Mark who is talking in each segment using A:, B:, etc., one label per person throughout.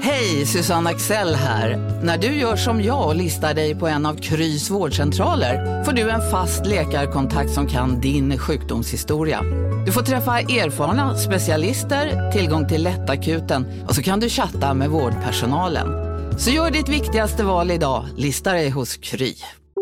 A: Hej, Susanne Axel här. När du gör som jag och listar dig på en av Krys vårdcentraler får du en fast läkarkontakt som kan din sjukdomshistoria. Du får träffa erfarna specialister, tillgång till lättakuten och så kan du chatta med vårdpersonalen. Så gör ditt viktigaste val idag, lista dig hos Kry.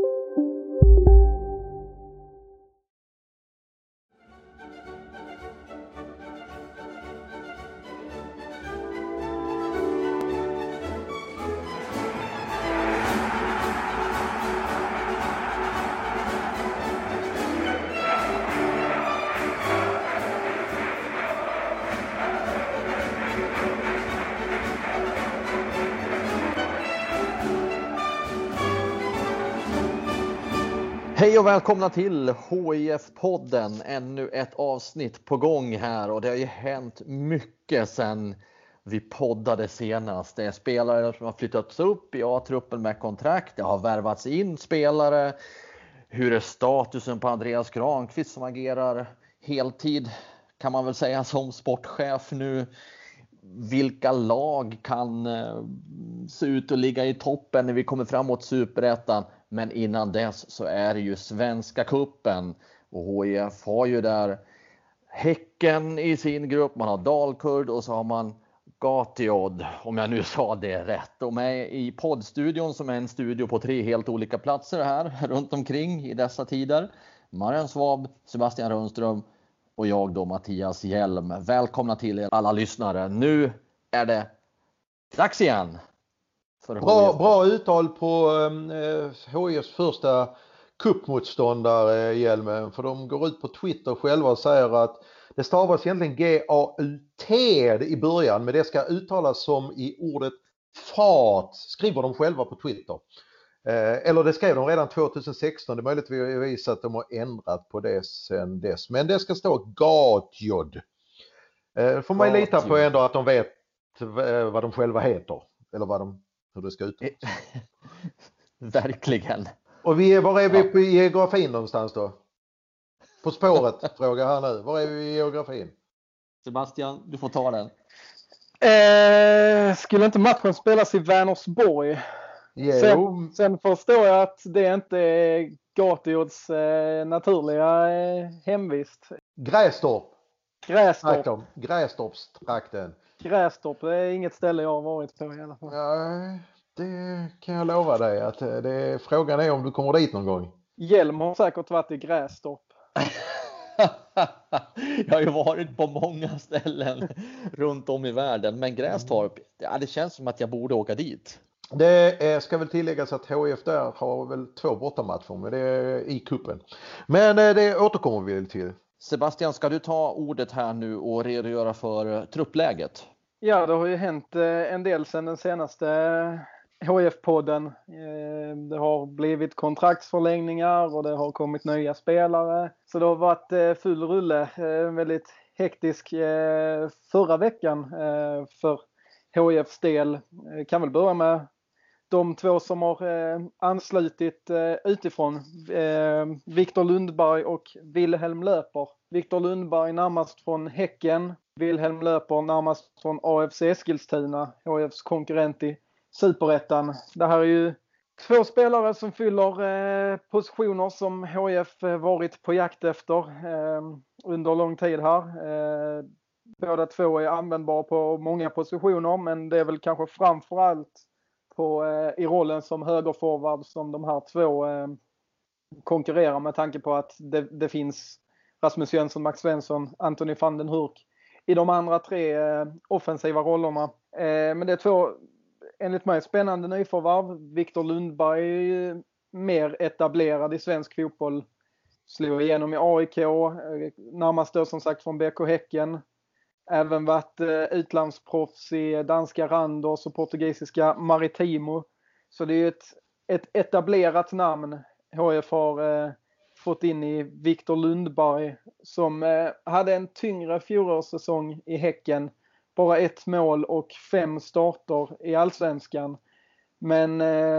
B: Hej och välkomna till HIF-podden. Ännu ett avsnitt på gång här och det har ju hänt mycket sedan vi poddade senast. Det är spelare som har flyttats upp i A-truppen med kontrakt. Det har värvats in spelare. Hur är statusen på Andreas Granqvist som agerar heltid kan man väl säga som sportchef nu? Vilka lag kan se ut att ligga i toppen när vi kommer framåt Superettan? Men innan dess så är det ju Svenska cupen och HIF har ju där Häcken i sin grupp, man har Dalkurd och så har man Gatiod, om jag nu sa det rätt. Och med i poddstudion som är en studio på 3 helt olika platser här runt omkring i dessa tider. Marian Svab, Sebastian Rundström och jag då Mattias Hjelm. Välkomna till er alla lyssnare. Nu är det dags igen.
C: Bra uttal på HIFs första cupmotståndare, Hjelmen, för de går ut på Twitter själva och säger att det stavas egentligen G-A-U-T i början, men det ska uttalas som i ordet fat, skriver de själva på Twitter. Eller det skrev de redan 2016, det är möjligtvis att de har ändrat på det sen dess, men det ska stå Gatjod. Får man lita på ändå att de vet vad de själva heter, eller hur det ska ut.
B: Verkligen.
C: Och var är vi på geografin någonstans då? På spåret frågar han nu. Var är vi i geografin?
B: Sebastian, du får ta den.
D: Skulle inte matchen spelas i Vänersborg? Sen förstår jag att det inte är Gatiods naturliga hemvist.
C: Grästorpstrakten.
D: Grästorp, det är inget ställe jag har varit på i alla fall.
C: Nej, det kan jag lova dig att frågan är om du kommer dit någon gång.
D: Hjelm har säkert varit i Grästorp.
B: Jag har ju varit på många ställen runt om i världen, men Grästorp, det känns som att jag borde åka dit.
C: Det ska väl tilläggas att HIF där har väl 2 bortamatcher, men det är i kuppen. Men det återkommer vi till.
B: Sebastian, ska du ta ordet här nu och redogöra för truppläget?
D: Ja, det har ju hänt en del sedan den senaste HIF-podden. Det har blivit kontraktsförlängningar och det har kommit nya spelare. Så det har varit full rulle, väldigt hektisk förra veckan för HIFs del. Kan väl börja med de 2 som har anslutit utifrån. Viktor Lundberg och Wilhelm Löper. Viktor Lundberg närmast från Häcken. Wilhelm Löper närmast från AFC Eskilstuna. HIFs konkurrent i Superettan. Det här är ju 2 spelare som fyller positioner som HIF varit på jakt efter under lång tid här. Båda 2 är användbara på många positioner, men det är väl kanske framförallt i rollen som högerforward som de här 2 konkurrerar, med tanke på att det finns Rasmus Jönsson, Max Svensson, Anthony van den Hurk i de andra 3 offensiva rollerna. Men det är 2 enligt mig spännande nyförvärv. Viktor Lundberg är mer etablerad i svensk fotboll. Slog igenom i AIK, närmast då som sagt från BK Häcken. Även varit utlandsproffs i danska Randers och portugisiska Maritimo. Så det är ett etablerat namn HIF har fått in i Viktor Lundberg, som hade en tyngre fjolårssäsong i Häcken. Bara 1 mål och 5 starter i Allsvenskan. Men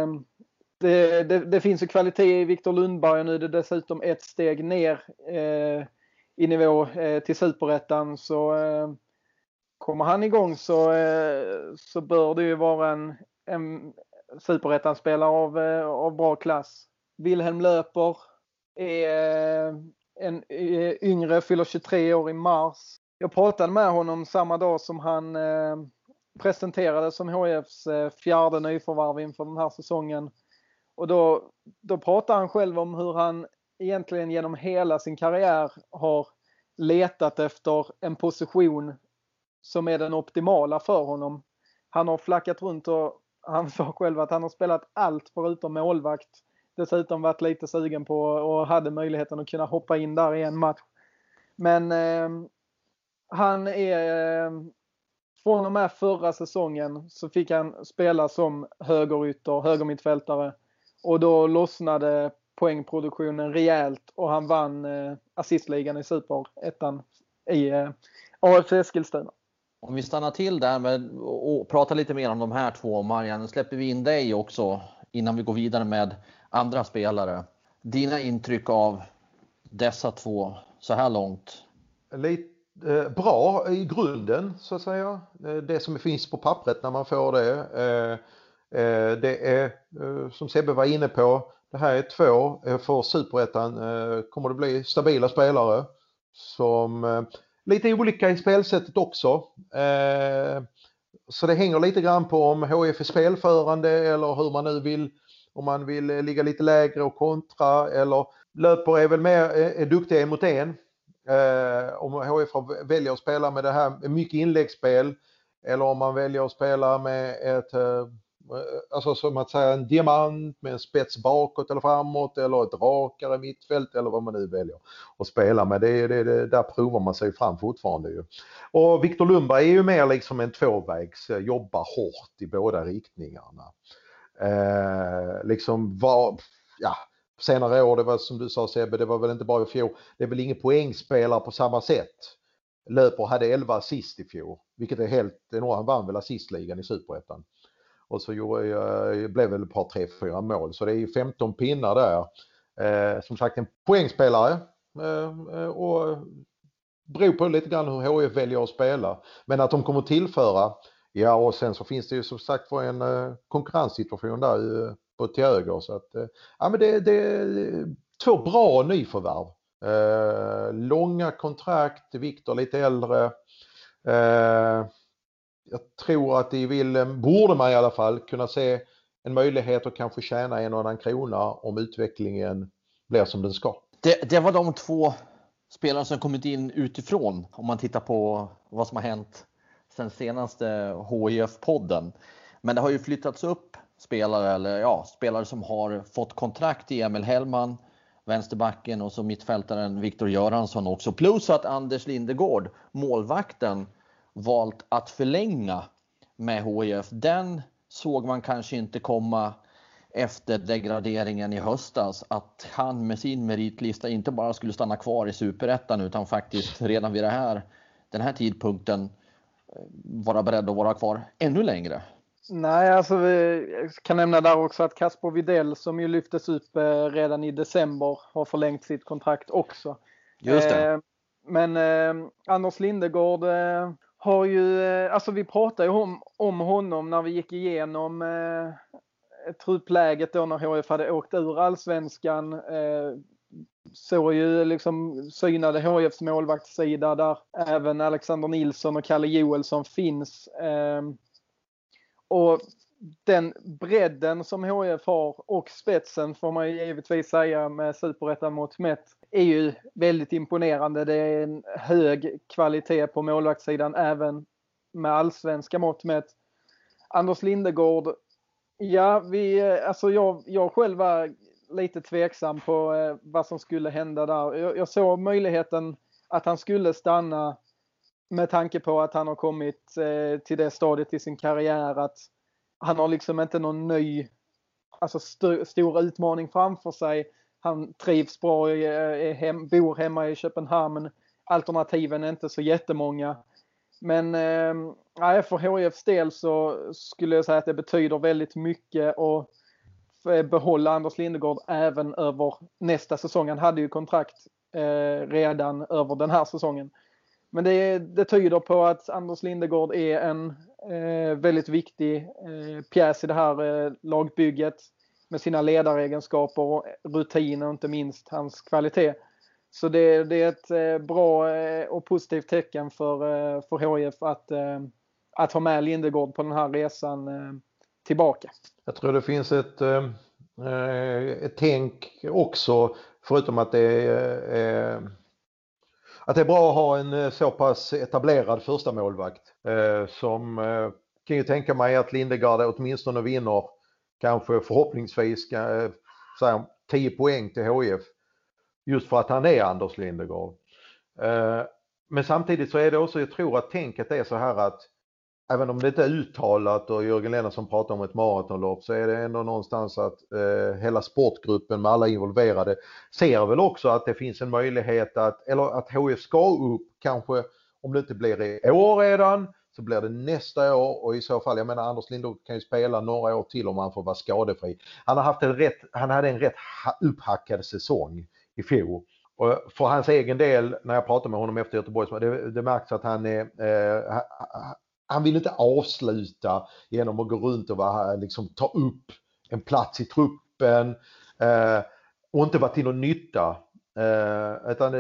D: det finns ju kvalitet i Viktor Lundberg, och nu är det dessutom ett steg ner i nivå till Superettan, så kommer han igång så bör det ju vara en superettan-spelare av bra klass. Wilhelm Löper är en yngre, fyller 23 år i mars. Jag pratade med honom samma dag som han presenterades som HIFs fjärde nyförvärv inför den här säsongen. Och då pratar han själv om hur han egentligen genom hela sin karriär har letat efter en position som är den optimala för honom. Han har flackat runt och han sa själv att han har spelat allt förutom målvakt. Dessutom varit lite sugen på och hade möjligheten att kunna hoppa in där i en match. Men han är från och med förra säsongen så fick han spela som högermittfältare. Och då lossnade poängproduktionen rejält och han vann assistligan i Superettan i AFC Eskilstuna.
B: Om vi stannar till där med och pratar lite mer om de här två, Marian, släpper vi in dig också innan vi går vidare med andra spelare. Dina intryck av dessa två så här långt?
C: Lite bra i grunden så att säga. Det som finns på pappret när man får det. Det är som Sebbe var inne på, det här är två för Superettan kommer det bli stabila spelare som lite olika i spelsättet också. Så det hänger lite grann på om HIF är spelförande eller hur man nu vill, om man vill ligga lite lägre och kontra, eller Löper är väl mer är duktiga mot en. Om HIF väljer att spela med det här mycket inläggsspel eller om man väljer att spela med ett alltså som att säga en diamant med en spets bakåt eller framåt eller ett rakare mittfält eller vad man nu väljer att spela med. Det där provar man sig fram fortfarande ju. Och Viktor Lundberg är ju mer liksom en tvåvägs, jobbar hårt i båda riktningarna. Liksom senare år, det var som du sa Sebbe, det var väl inte bara i fjol, det är väl ingen poängspelare på samma sätt. Löper hade 11 assist i fjol, vilket är helt enormt. Han vann väl assistligan i Superettan. Och så blev väl ett par 3-4 mål. Så det är ju 15 pinnar där. Som sagt en poängspelare. Och beror på lite grann hur HIF väljer att spela. Men att de kommer tillföra. Ja, och sen så finns det ju som sagt för en konkurrenssituation där på till höger. Så att, ja, men det är två bra nyförvärv. Långa kontrakt, Viktor lite äldre. Jag tror att borde man i alla fall kunna se en möjlighet att kanske tjäna en och annan krona om utvecklingen blir som den ska.
B: Det var de två spelare som kommit in utifrån om man tittar på vad som har hänt sen senaste HIF-podden. Men det har ju flyttats upp spelare som har fått kontrakt i Emil Hellman, vänsterbacken, och så mittfältaren Viktor Göransson också. Plus att Anders Lindegård, målvakten, valt att förlänga med HIF. Den såg man kanske inte komma efter degraderingen i höstas, att han med sin meritlista inte bara skulle stanna kvar i Superettan utan faktiskt redan vid den här tidpunkten vara beredd att vara kvar ännu längre.
D: Nej, alltså vi kan nämna där också att Kasper Widell, som ju lyftes upp redan i december, har förlängt sitt kontrakt också.
B: Just det.
D: Men Anders Lindegård har ju, alltså vi pratade ju om honom när vi gick igenom truppläget då när HIF hade åkt ur allsvenskan. Så ju liksom synade HIFs målvaktssida där även Alexander Nilsson och Kalle Joelsson finns. Och den bredden som HIF har och spetsen, får man ju givetvis säga med Superettan mått mätt, är ju väldigt imponerande. Det är en hög kvalitet på målvaktssidan även med allsvenska mått mätt. Anders Lindegård, ja, jag själv var lite tveksam på vad som skulle hända där. Jag såg möjligheten att han skulle stanna med tanke på att han har kommit till det stadiet i sin karriär att han har liksom inte någon ny, alltså stor utmaning framför sig. Han trivs bra, bor hemma i Köpenhamn. Alternativen är inte så jättemånga. Men för HIFs del så skulle jag säga att det betyder väldigt mycket att behålla Anders Lindegård även över nästa säsong. Han hade ju kontrakt redan över den här säsongen. Men det tyder på att Anders Lindegård är en väldigt viktig pjäs i det här lagbygget med sina ledaregenskaper och rutiner, inte minst hans kvalitet. Så det är ett bra och positivt tecken för HIF att ha med Lindegård på den här resan tillbaka.
C: Jag tror det finns ett tänk också, förutom att det är bra att ha en så pass etablerad första målvakt som kan ju tänka mig att Lindegård åtminstone vinner kanske förhoppningsvis 10 poäng till HIF just för att han är Anders Lindegård. Men samtidigt så är det också, jag tror att tänket är så här att även om det inte är uttalat och Jörgen Lennartsson pratar om ett maratonlopp, så är det ändå någonstans att hela sportgruppen med alla involverade ser väl också att det finns en möjlighet att HIF ska upp, kanske om det inte blir i år redan så blir det nästa år, och i så fall, jag menar Anders Lindegård kan ju spela några år till om han får vara skadefri. Han hade en rätt upphackad säsong i fjol. Och för hans egen del, när jag pratar med honom efter Göteborg, det märks att han vill inte avsluta genom att gå runt och liksom ta upp en plats i truppen och inte vara till någon nytta. Utan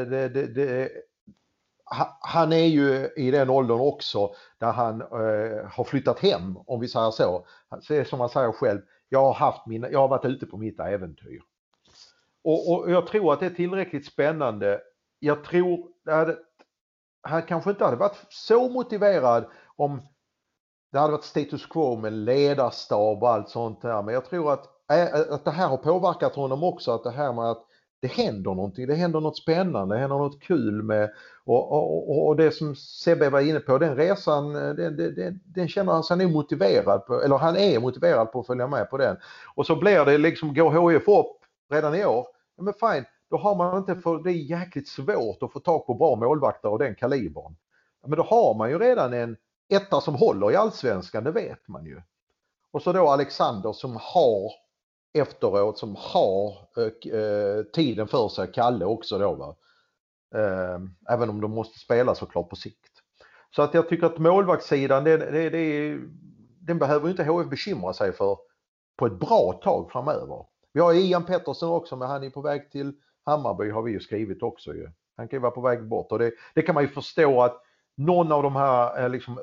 C: han är ju i den åldern också där han har flyttat hem, om vi säger så. Det är som han säger själv, jag har varit ute på mitt äventyr. Och jag tror att det är tillräckligt spännande. Jag tror att han kanske inte hade varit så motiverad om det hade varit status quo med ledarstab och allt sånt där. Men jag tror att det här har påverkat honom också, att det här med att det händer någonting, det händer något spännande, det händer något kul med och det som Sebbe var inne på, den resan, den känner han sig nog motiverad på, eller han är motiverad på att följa med på den. Och så blir det liksom, går HIF upp redan i år, ja, men fine, då har man inte, för det är jäkligt svårt att få tag på bra målvakter och den kalibern. Ja, men då har man ju redan en etta som håller i allsvenskan, det vet man ju. Och så då Alexander som har efteråt, som har tiden för sig, Kalle också då va. Även om de måste spela såklart på sikt. Så att jag tycker att målvaktssidan, den behöver inte HIF bekymra sig för på ett bra tag framöver. Vi har Ian Pettersson också, men han är på väg till Hammarby, har vi ju skrivit också ju. Han kan ju vara på väg bort, och det kan man ju förstå att någon av de här liksom,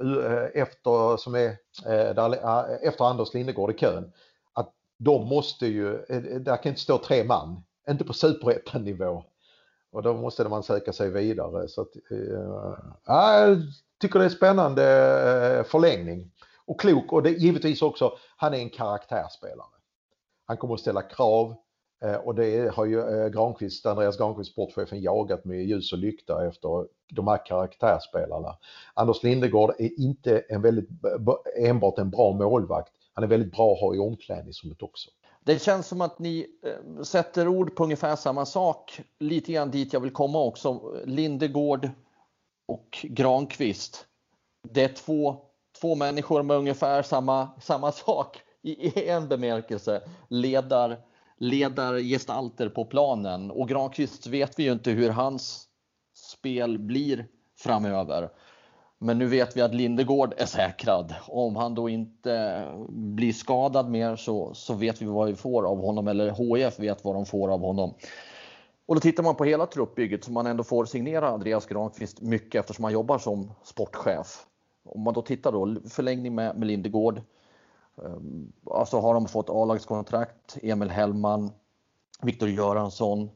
C: efter Anders Lindegård i kön, att de måste ju, där kan inte stå 3 man, inte på superettan-nivå, och då måste man söka sig vidare. Så att, jag tycker det är spännande förlängning och klok, och det givetvis också, han är en karaktärsspelare. Han kommer att ställa krav, och det har ju Andreas Granqvist, sportchefen, jagat med ljus och lykta efter de här karaktärsspelarna. Anders Lindegård är inte enbart en bra målvakt. Han är väldigt bra att ha i omklädningsrummet också.
B: Det känns som att ni sätter ord på ungefär samma sak. Lite grann dit jag vill komma också. Lindegård och Granqvist. Det är två människor med ungefär samma sak i en bemärkelse. Ledargestalter på planen. Och Granqvist vet vi ju inte hur hans spel blir framöver. Men nu vet vi att Lindegård är säkrad. Om han då inte blir skadad mer så vet vi vad vi får av honom. Eller HIF vet vad de får av honom. Och då tittar man på hela truppbygget, så man ändå får signera Andreas Granqvist mycket eftersom han jobbar som sportchef. Om man då tittar då, förlängning med Lindegård. Alltså har de fått A-lagskontrakt, Emil Hellman, Viktor Göransson,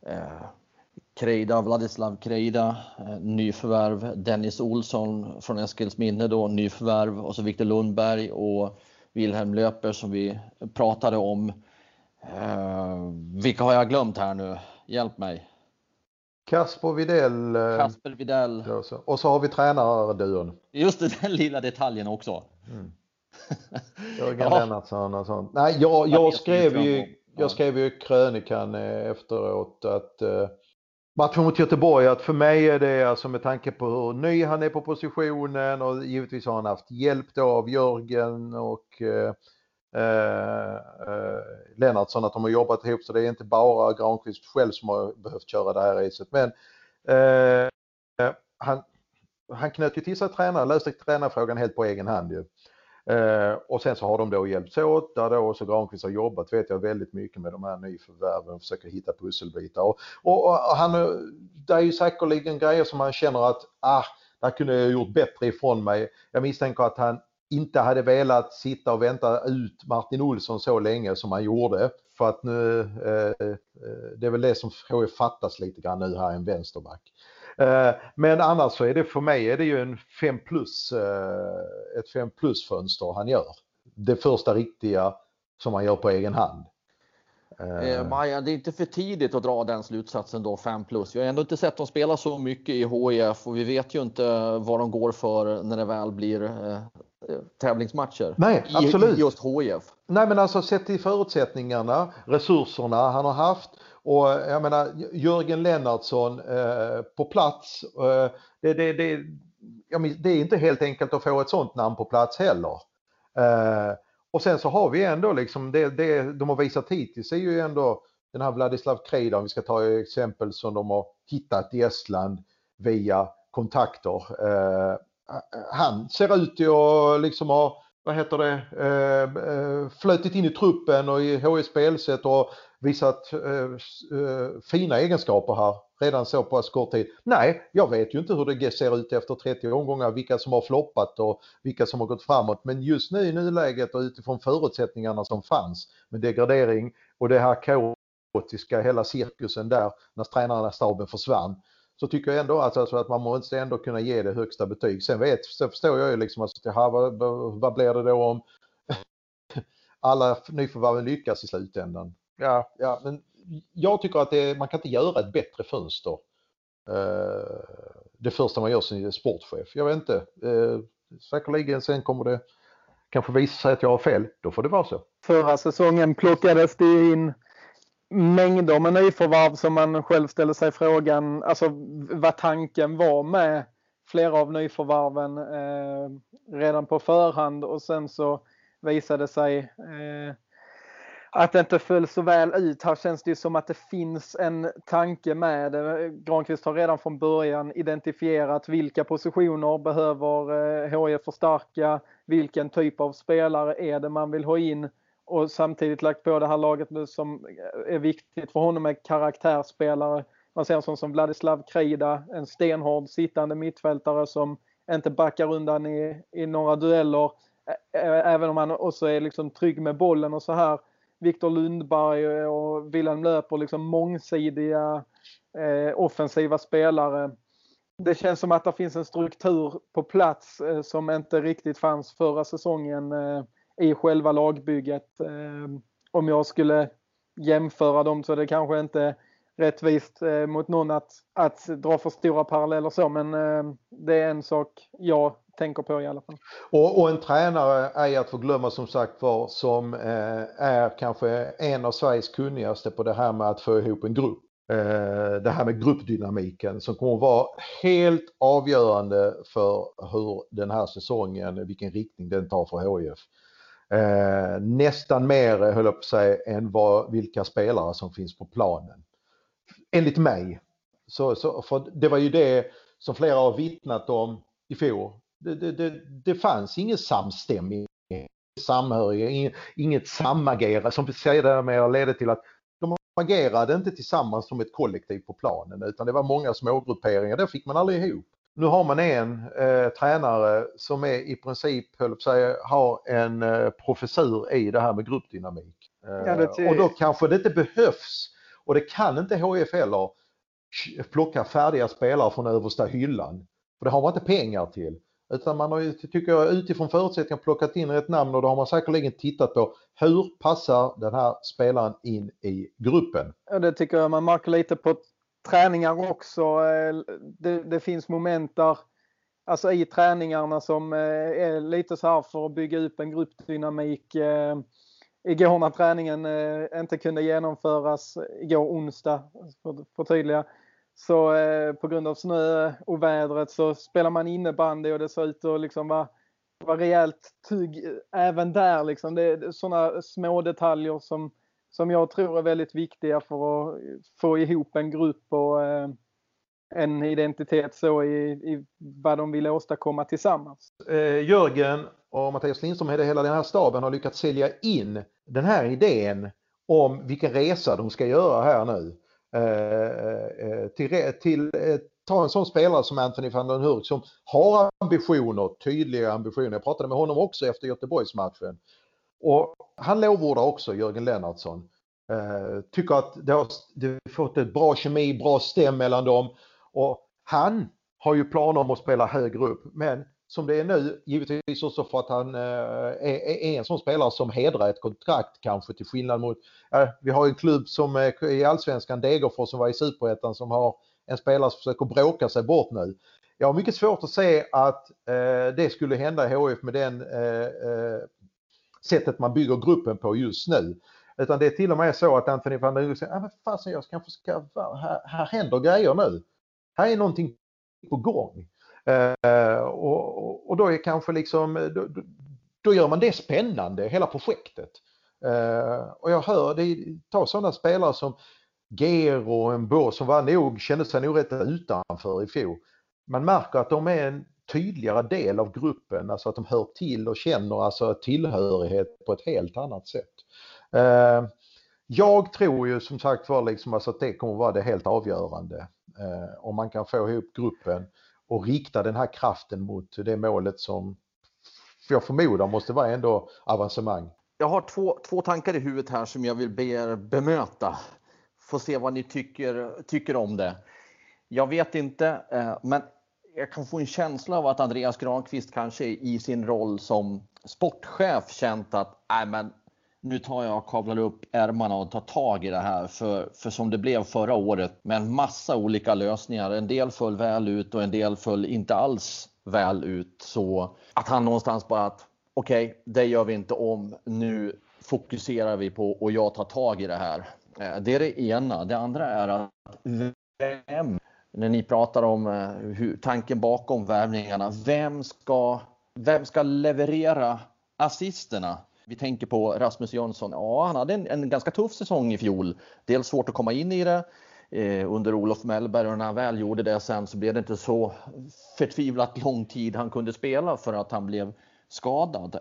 B: Vladislav Krejda, nyförvärv, Dennis Olsson från Eskilsminne då, nyförvärv, och så Viktor Lundberg och Wilhelm Löper som vi pratade om. Vilka har jag glömt här nu? Hjälp mig.
C: Kasper Widell. Och så har vi tränarduon.
B: Just det, den lilla detaljen också.
C: Jörgen Lennartsson och sånt. Nej, jag skrev ju krönikan efteråt att matchen mot Göteborg, att för mig är det, alltså med tanke på hur ny han är på positionen, och givetvis har han haft hjälp då av Jörgen och Lennartsson, att de har jobbat ihop, så det är inte bara Granqvist själv som har behövt köra det här racet, men han knöt ju till sig tränare, löste tränarfrågan helt på egen hand ju. Och sen så har de då hjälpts åt, där då också Granqvist har jobbat, vet jag, väldigt mycket med de här nyförvärven och försöker hitta pusselbitar. Och han, det är ju säkerligen grejer som han känner att där kunde jag gjort bättre ifrån mig. Jag misstänker att han inte hade velat sitta och vänta ut Martin Olsson så länge som han gjorde. För att nu, det är väl det som fattas lite grann nu här, en vänsterback. Men annars så är det för mig är det ju en 5+, ett 5+ fönster han gör. Det första riktiga som han gör på egen hand.
B: Maja, det är inte för tidigt att dra den slutsatsen då, 5+. Vi har ändå inte sett dem spela så mycket i HIF och vi vet ju inte vad de går för när det väl blir tävlingsmatcher.
C: Nej, absolut.
B: I just HIF.
C: Nej, men alltså sett till förutsättningarna, resurserna han har haft. Och jag menar, Jörgen Lennartsson på plats, det är inte helt enkelt att få ett sånt namn på plats heller. Och sen så har vi ändå liksom, det de har visat hittills är ju ändå den här Vladislav Krejda, om vi ska ta exempel som de har hittat i Estland via kontakter. Han ser ut att liksom ha, flötit in i truppen och i HIs spelsätt och visat fina egenskaper här redan så på kort tid. Nej, jag vet ju inte hur det ser ut efter 30 omgångar, vilka som har floppat och vilka som har gått framåt. Men just nu i nuläget och utifrån förutsättningarna som fanns med degradering och det här kaotiska, hela cirkusen där när tränarna staben försvann, så tycker jag ändå att man måste ändå kunna ge det högsta betyg. Sen förstår jag ju liksom att vad blir det då om alla nyförvärven lyckas i slutändan. Ja, men jag tycker att man kan inte göra ett bättre fönster. Det första man gör som sportchef. Jag vet inte. Säkerligen sen kommer det kanske visa sig att jag har fel. Då får det vara så.
D: Förra säsongen plockades det in mängder med nyförvärv som man själv ställer sig frågan, alltså vad tanken var med flera av nyförvärven redan på förhand, och sen så visade det sig att det inte föll så väl ut. Här känns det ju som att det finns en tanke med det. Granqvist har redan från början identifierat vilka positioner behöver HIF förstärka, vilken typ av spelare är det man vill ha in, och samtidigt lagt på det här laget som är viktigt för honom med karaktärsspelare. Man ser en sån som Vladislav Krejda, en stenhård sittande mittfältare som inte backar undan i några dueller, även om han också är liksom trygg med bollen och så här. Viktor Lundberg och Wilhelm Löper, liksom mångsidiga offensiva spelare. Det känns som att det finns en struktur på plats som inte riktigt fanns förra säsongen i själva lagbygget. Om jag skulle jämföra dem så är det kanske inte rättvist mot någon att dra för stora paralleller så, men det är en sak jag tänker på i alla fall.
C: Och en tränare är att få glömma, som sagt var, som är kanske en av Sveriges kunnigaste på det här med att få ihop en grupp. Det här med gruppdynamiken som kommer att vara helt avgörande för hur den här säsongen, vilken riktning den tar för HIF. Nästan mer, höll jag på att säga, än vilka spelare som finns på planen. Enligt mig. Så för det var ju det som flera har vittnat om i fjol. Det fanns ingen samstämmig, samhörighet, inget samagerande som säger det med att leda till att de agerade inte tillsammans som ett kollektiv på planen, utan det var många smågrupperingar. Där fick man aldrig ihop. Nu har man en tränare som är i princip, höll jag på att säga, har en professur i det här med gruppdynamik. Och då kanske det inte behövs, och det kan inte HIF heller plocka färdiga spelare från översta hyllan. För det har man inte pengar till. Utan man har ju, tycker jag, utifrån förutsättningar plockat in ett namn, och då har man säkerligen tittat på hur passar den här spelaren in i gruppen.
D: Ja, det tycker jag man märker lite på träningar också. Det finns moment där, alltså i träningarna, som är lite så här för att bygga upp en gruppdynamik. Igår när träningen inte kunde genomföras, igår onsdag för tydliga, så på grund av snö och vädret så spelar man innebandy och det ser ut att liksom vara rejält tugg även där. Liksom. Det är sådana små detaljer som jag tror är väldigt viktiga för att få ihop en grupp. Och en identitet så i vad de vill åstadkomma tillsammans.
C: Jörgen och Mattias Lindström, hela den här staben har lyckats sälja in den här idén om vilken resa de ska göra här nu. Ta en sån spelare som Anthony van den Hurk som har ambitioner, tydliga ambitioner. Jag pratade med honom också efter Göteborgsmatchen. Och han lovordar också Jörgen Lennartsson. Tycker att det har fått ett bra kemi, bra stäm mellan dem. Och han har ju planer om att spela högre upp. Men som det är nu, givetvis också för att han är en sån spelare som hedrar ett kontrakt kanske till skillnad mot... vi har en klubb som i Allsvenskan, Degerfors, som var i Superettan, som har en spelare som försöker bråka sig bort nu. Jag har mycket svårt att se att det skulle hända i HIF med den sättet man bygger gruppen på just nu. Utan det är till och med så att Anthony van der Hurk säger, men fasen, jag kanske ska, här händer grejer nu. Här är någonting på gång. Och då är kanske liksom, då gör man det spännande, hela projektet. Och jag hör det, ta sådana spelare som Gero och Mbo som kände sig nog rätt utanför i fjol. Man märker att de är en tydligare del av gruppen, alltså att de hör till och känner alltså tillhörighet på ett helt annat sätt. Jag tror ju som sagt var liksom alltså att det kommer vara det helt avgörande om man kan få ihop gruppen och rikta den här kraften mot det målet som jag förmodar måste vara ändå avancemang.
B: Jag har två tankar i huvudet här som jag vill be er bemöta. Får se vad ni tycker om det. Jag vet inte, men jag kan få en känsla av att Andreas Granqvist kanske i sin roll som sportchef känt att nu tar jag och kavlar upp ärmarna och tar tag i det här. För som det blev förra året med en massa olika lösningar. En del föll väl ut och en del föll inte alls väl ut. Så att han någonstans bara att okej, det gör vi inte om. Nu fokuserar vi på och jag tar tag i det här. Det är det ena. Det andra är att när ni pratar om tanken bakom värvningarna. Vem ska leverera assisterna? Vi tänker på Rasmus Jönsson. Ja, han hade en ganska tuff säsong i fjol. Dels svårt att komma in i det under Olof Mellberg. Och när han väl gjorde det sen så blev det inte så förtvivlat lång tid han kunde spela för att han blev skadad.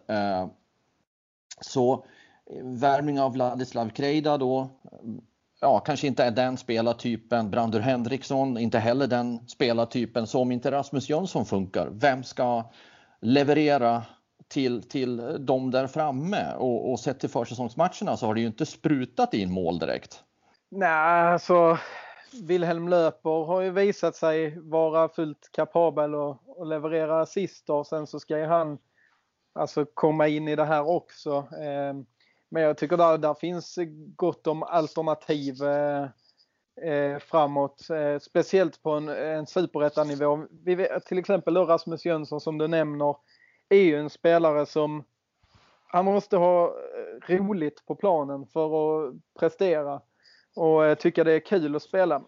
B: Så värvning av Vladislav Krejda då. Ja, kanske inte är den spelartypen. Brandur Henriksson, inte heller den spelartypen. Som inte Rasmus Jönsson funkar. Vem ska leverera till de där framme? Och sett till försäsongsmatcherna så har det ju inte sprutat in mål direkt.
D: Nej, alltså Wilhelm Löper har ju visat sig vara fullt kapabel att leverera assister. Sen så ska ju han alltså komma in i det här också. Men jag tycker där finns gott om alternativ framåt. Speciellt på en superettanivå. Till exempel då Rasmus Jönsson som du nämner är ju en spelare som han måste ha roligt på planen för att prestera. Och tycka det är kul att spela.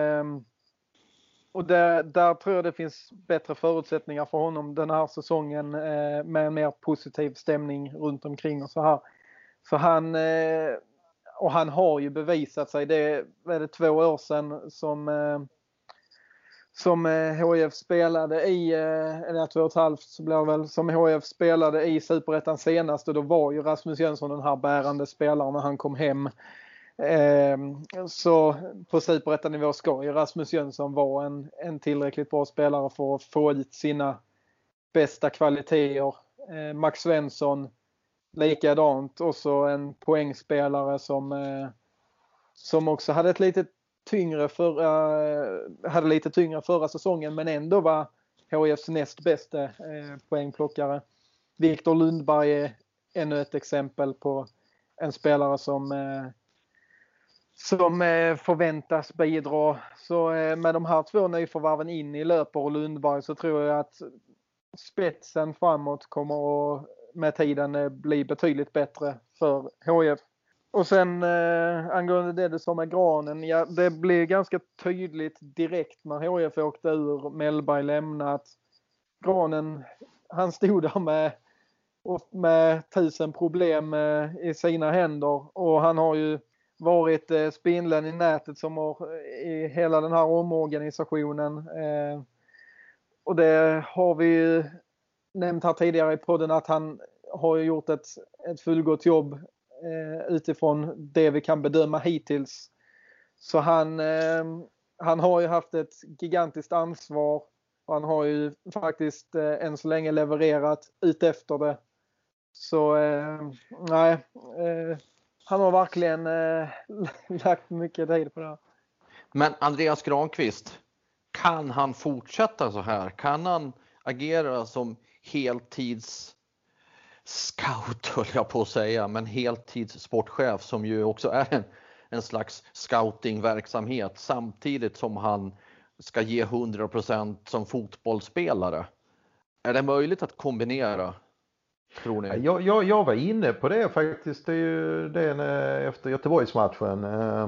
D: Och där tror jag det finns bättre förutsättningar för honom den här säsongen med en mer positiv stämning runt omkring och så här. För han har ju bevisat sig. Det är 2 år sedan som HIF spelade i, eller 2,5 så blev väl som HIF spelade i Superettan senast, och då var ju Rasmus Jönsson den här bärande spelaren när han kom hem. Så på Superettan-nivå ska ju Rasmus Jönsson vara en tillräckligt bra spelare för att få ut sina bästa kvaliteter. Max Svensson likadant, också en poängspelare som också hade lite tyngre förra säsongen, men ändå var HIFs näst bästa poängplockare. Viktor Lundberg är ännu ett exempel på en spelare som förväntas bidra. Så med de här 2 nyförvärven in i Löper och Lundberg så tror jag att spetsen framåt kommer att med tiden bli betydligt bättre för HIF. Och sen angående det som är Granen, ja, det blir ganska tydligt direkt när HIF åkte ur Mellberg lämnat. Granen, han stod där med 1000 problem i sina händer, och han har ju varit spindeln i nätet som har i hela den här omorganisationen. Och det har vi ju nämnt här tidigare i podden att han har gjort ett fullgott jobb utifrån det vi kan bedöma hittills. Så han har ju haft ett gigantiskt ansvar och han har ju faktiskt än så länge levererat ut efter det. Så han har verkligen lagt mycket tid på det här.
B: Men Andreas Granqvist, kan han fortsätta så här? Kan han agera som heltids scout, höll jag på att säga, men heltids sportchef som ju också är en slags scoutingverksamhet samtidigt som han ska ge 100% som fotbollsspelare? Är det möjligt att kombinera, tror ni?
C: Jag var inne på det faktiskt. Det är ju det efter Göteborgsmatchen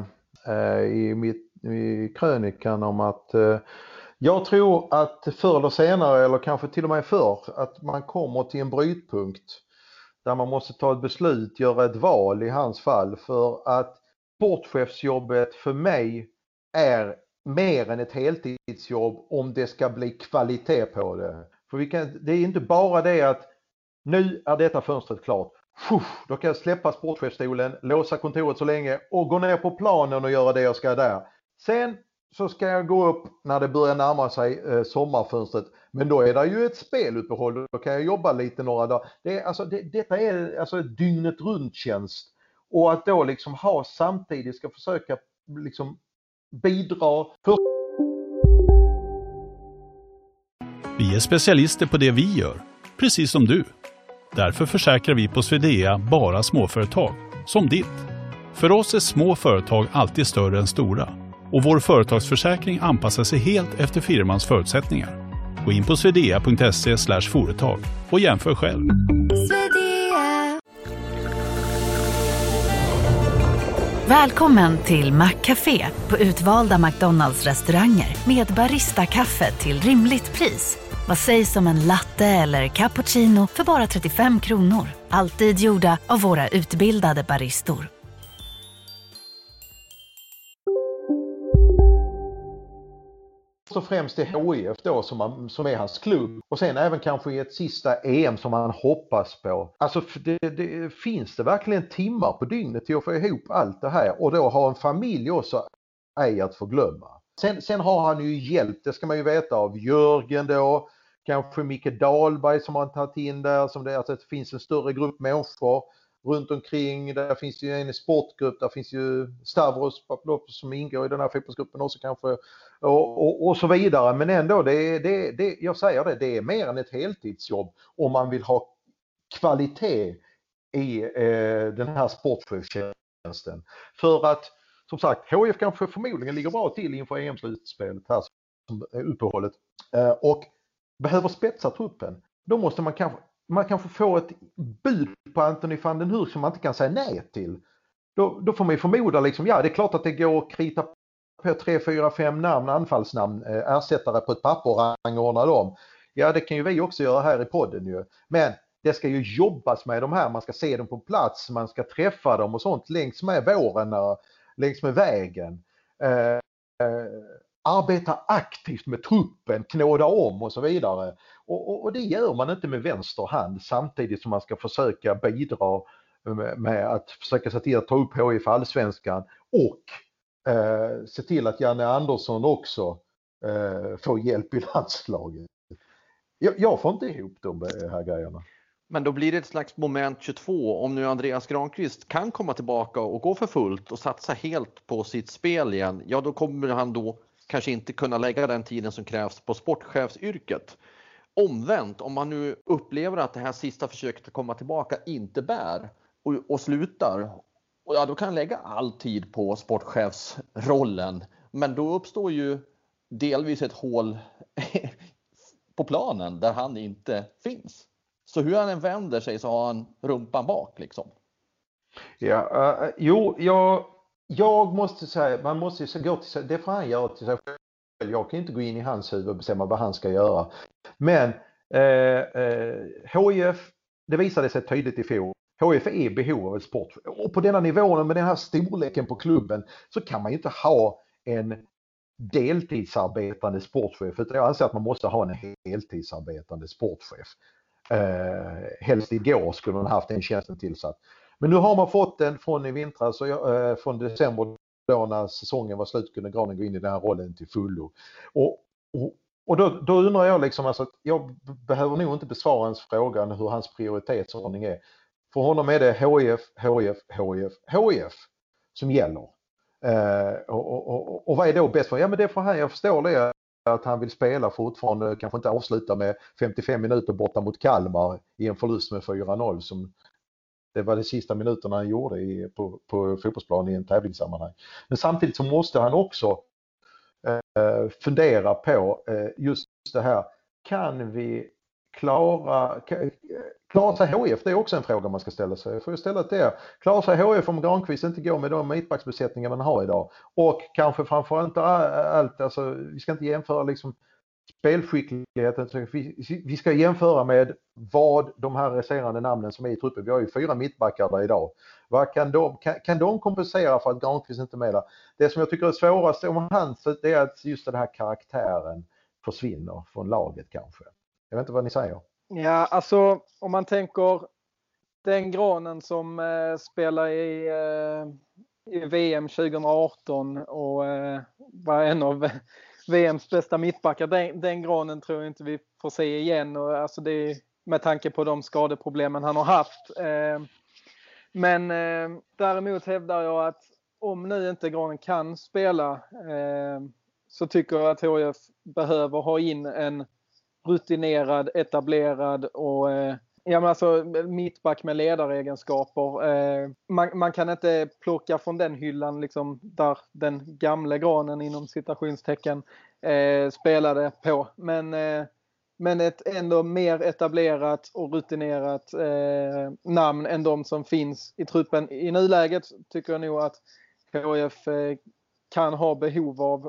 C: i krönikan om att jag tror att förr eller senare, eller kanske till och med förr, att man kommer till en brytpunkt där man måste ta ett beslut, göra ett val i hans fall, för att sportchefsjobbet för mig är mer än ett heltidsjobb om det ska bli kvalitet på det. För det är inte bara det att nu är detta fönstret klart. Då kan jag släppa sportchefstolen, låsa kontoret så länge och gå ner på planen och göra det jag ska där. Sen så ska jag gå upp när det börjar närma sig sommarfönstret. Men då är det ju ett speluppehåll. Då kan jag jobba lite några dagar. Detta är alltså ett dygnet runt tjänst. Och att då liksom samtidigt ska försöka liksom bidra.
E: Vi är specialister på det vi gör, precis som du. Därför försäkrar vi på Swedea bara småföretag, som ditt. För oss är små företag alltid större än stora. Och vår företagsförsäkring anpassar sig helt efter firmans förutsättningar. Gå in på swedea.se/företag och jämför själv.
F: Välkommen till Maccafé på utvalda McDonalds-restauranger med barista-kaffe till rimligt pris. Vad sägs om en latte eller cappuccino för bara 35 kronor? Alltid gjorda av våra utbildade baristor.
C: Så främst i HIF då som är hans klubb. Och sen även kanske i ett sista EM som han hoppas på. Alltså finns det verkligen timmar på dygnet till att få ihop allt det här. Och då ha en familj också ej att förglömma. Sen har han ju hjälp, det ska man ju veta, av Jörgen då. Kanske Micke Dahlberg som han tagit in där. Alltså det finns en större grupp människor runt omkring. Där finns ju en sportgrupp. Där finns ju Stavros Papadopoulos som ingår i den här fotbollsgruppen också kanske. Och så vidare. Men ändå, jag säger det är mer än ett heltidsjobb om man vill ha kvalitet i den här sportchefstjänsten. För att, som sagt, HIF kanske förmodligen ligger bra till inför EM-slutspelet här som uppehållet. Och behöver spetsa truppen. Då måste man kanske få ett bud på Anthony van den Hur som man inte kan säga nej till. Då får man ju förmoda liksom, ja det är klart att det går att krita på 3, 4, 5 namn, anfallsnamn, ersättare på ett papper och rangordna dem. Ja, det kan ju vi också göra här i podden ju. Men det ska ju jobbas med de här, man ska se dem på plats, man ska träffa dem och sånt längs med våren, längs med vägen. Arbeta aktivt med truppen, knåda om och så vidare. Och det gör man inte med vänster hand samtidigt som man ska försöka bidra med att försöka se till att ta upp HIF allsvenskan och se till att Janne Andersson också får hjälp i landslaget. Jag får inte ihop de här grejerna.
B: Men då blir det ett slags moment 22 om nu Andreas Granqvist kan komma tillbaka och gå för fullt och satsa helt på sitt spel igen. Ja, då kommer han då kanske inte kunna lägga den tiden som krävs på sportchefsyrket. Omvänt, om man nu upplever att det här sista försöket att komma tillbaka inte bär och slutar, och ja, då kan han lägga all tid på sportchefsrollen. Men då uppstår ju delvis ett hål på planen där han inte finns. Så hur han än vänder sig så har han rumpan bak liksom.
C: Ja, jag måste säga, man måste ju gå till, det får han göra till sig själv. Jag kan inte gå in i hans huvud och bestämma vad han ska göra. Men HIF, det visade sig tydligt i fjol. HIF är i behov av ett sportchef. Och på denna nivån med den här storleken på klubben så kan man ju inte ha en deltidsarbetande sportchef, utan jag anser att man måste ha en heltidsarbetande sportchef. Helst igår skulle man haft den tjänsten tillsatt. Men nu har man fått den från i vintras, från december då när säsongen var slut kunde Granen gå in i den här rollen till fullo. Och då undrar jag liksom, alltså, att jag behöver nog inte besvara ens frågan hur hans prioritetsordning är. För honom är det HIF som gäller. Och vad är då bäst för? Ja, men det är för han, jag förstår det att han vill spela fortfarande, kanske inte avsluta med 55 minuter borta mot Kalmar i en förlust med 4-0 som det var de sista minuterna han gjorde på fotbollsplanen i en tävlingssammanhang. Men samtidigt så måste han också fundera på just det här, kan vi klara sig HIF? Det är också en fråga man ska ställa sig. Jag får ställa det. Klarar sig HIF om Granqvist inte går med de mittbacksbesättningar man har idag? Och kanske framförallt allt, alltså, vi ska inte jämföra liksom spelskickligheten. Vi ska jämföra med vad de här resterande namnen som är i truppen. Vi har ju 4 mittbackar där idag. Vad kan de kompensera för att Granqvist inte är med där? Det som jag tycker är svårast om hans, det är att just den här karaktären försvinner från laget kanske. Jag vet inte vad ni säger.
D: Ja, alltså om man tänker den Granen som spelar i VM 2018 och var en av VMs bästa mittbackar. Den Granen tror jag inte vi får se igen. Och, alltså det är med tanke på de skadeproblemen han har haft. Men däremot hävdar jag att om nu inte Granen kan spela så tycker jag att HIF behöver ha in en rutinerad, etablerad och mittback med ledaregenskaper. Man kan inte plocka från den hyllan liksom, där den gamla Granen inom citationstecken spelade på. Men ett ändå mer etablerat och rutinerat namn än de som finns i truppen. I nuläget tycker jag nog att HIF kan ha behov av